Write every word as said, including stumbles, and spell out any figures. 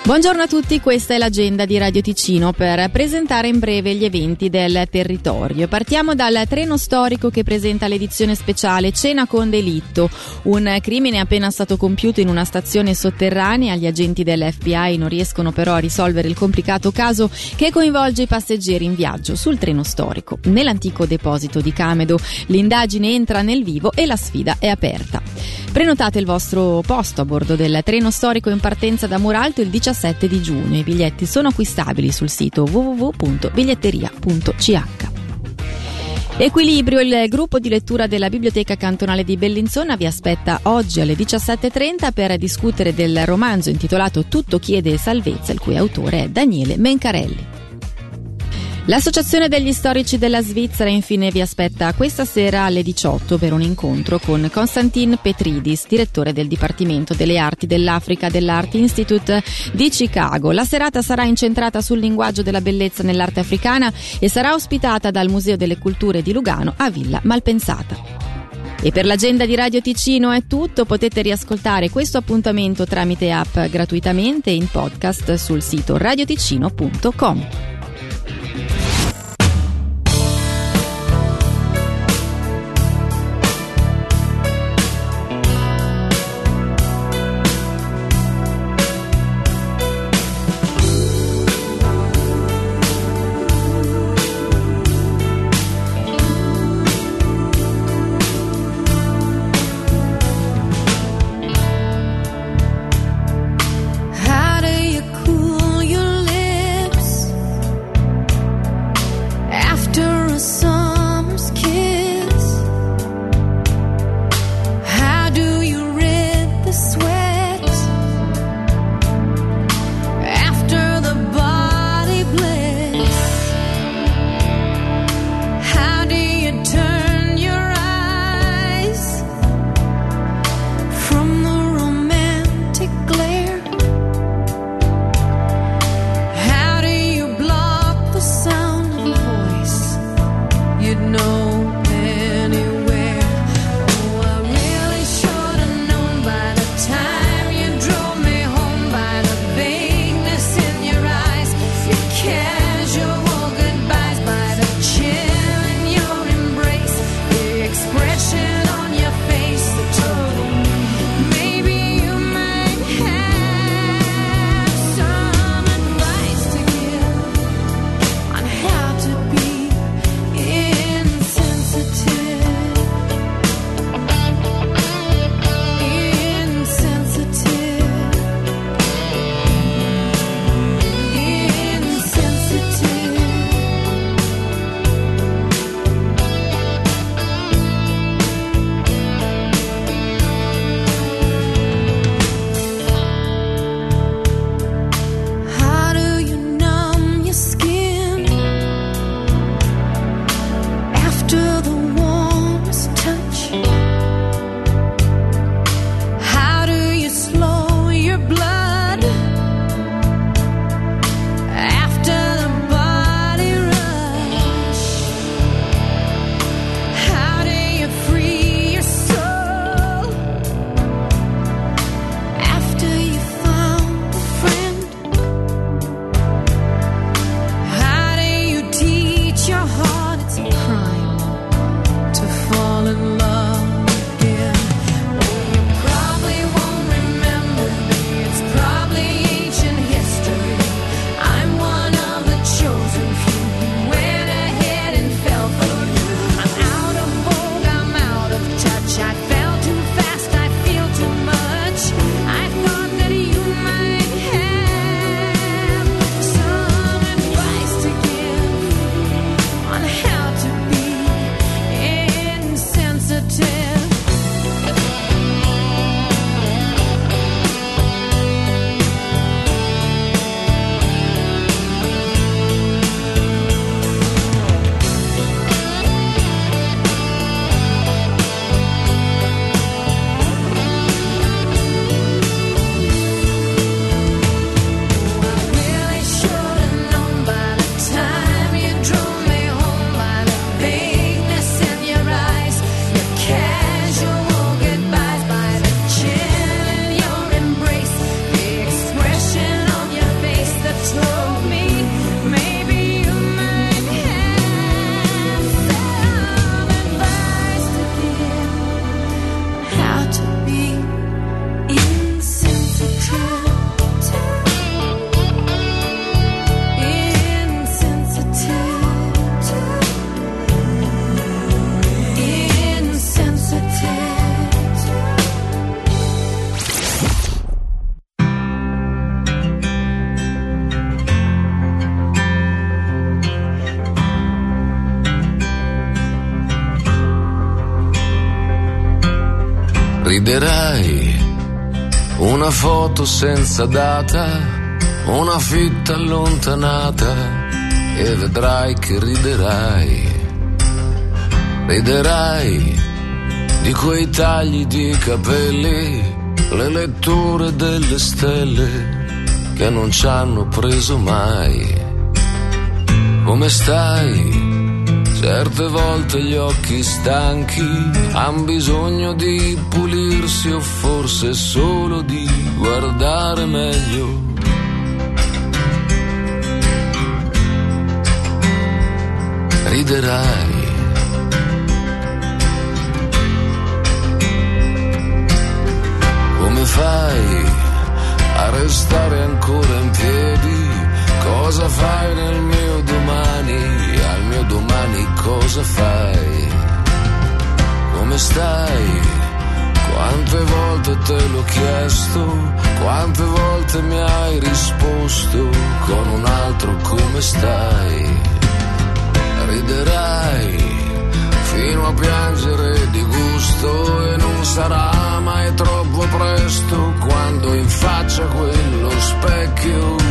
Buongiorno a tutti, questa è l'agenda di Radio Ticino per presentare in breve gli eventi del territorio. Partiamo dal treno storico che presenta l'edizione speciale Cena con delitto. Un crimine è appena stato compiuto in una stazione sotterranea. Gli agenti dell'F B I non riescono però a risolvere il complicato caso che coinvolge i passeggeri in viaggio sul treno storico. Nell'antico deposito di Camedo l'indagine entra nel vivo e la sfida è aperta. Prenotate il vostro posto a bordo del treno storico in partenza da Muralto il diciassette di giugno. I biglietti sono acquistabili sul sito w w w punto biglietteria punto c h. Equilibrio, il gruppo di lettura della Biblioteca Cantonale di Bellinzona vi aspetta oggi alle diciassette e trenta per discutere del romanzo intitolato Tutto chiede salvezza, il cui autore è Daniele Mencarelli. L'Associazione degli Storici della Svizzera infine vi aspetta questa sera alle diciotto per un incontro con Konstantin Petridis, direttore del Dipartimento delle Arti dell'Africa dell'Art Institute di Chicago. La serata sarà incentrata sul linguaggio della bellezza nell'arte africana e sarà ospitata dal Museo delle Culture di Lugano a Villa Malpensata. E per l'agenda di Radio Ticino è tutto, potete riascoltare questo appuntamento tramite app gratuitamente in podcast sul sito radioticino punto com. Riderai, una foto senza data, una fitta allontanata, e vedrai che riderai. Riderai di quei tagli di capelli, le letture delle stelle che non ci hanno preso mai. Come stai? Certe volte gli occhi stanchi han bisogno di pulirsi, o forse solo di guardare meglio. Riderai. Come fai a restare ancora in piedi? Cosa fai nel mio domani? Al mio domani cosa fai? Come stai? Quante volte te l'ho chiesto, quante volte mi hai risposto con un altro come stai? Riderai fino a piangere di gusto, e non sarà mai troppo presto quando in faccia quello specchio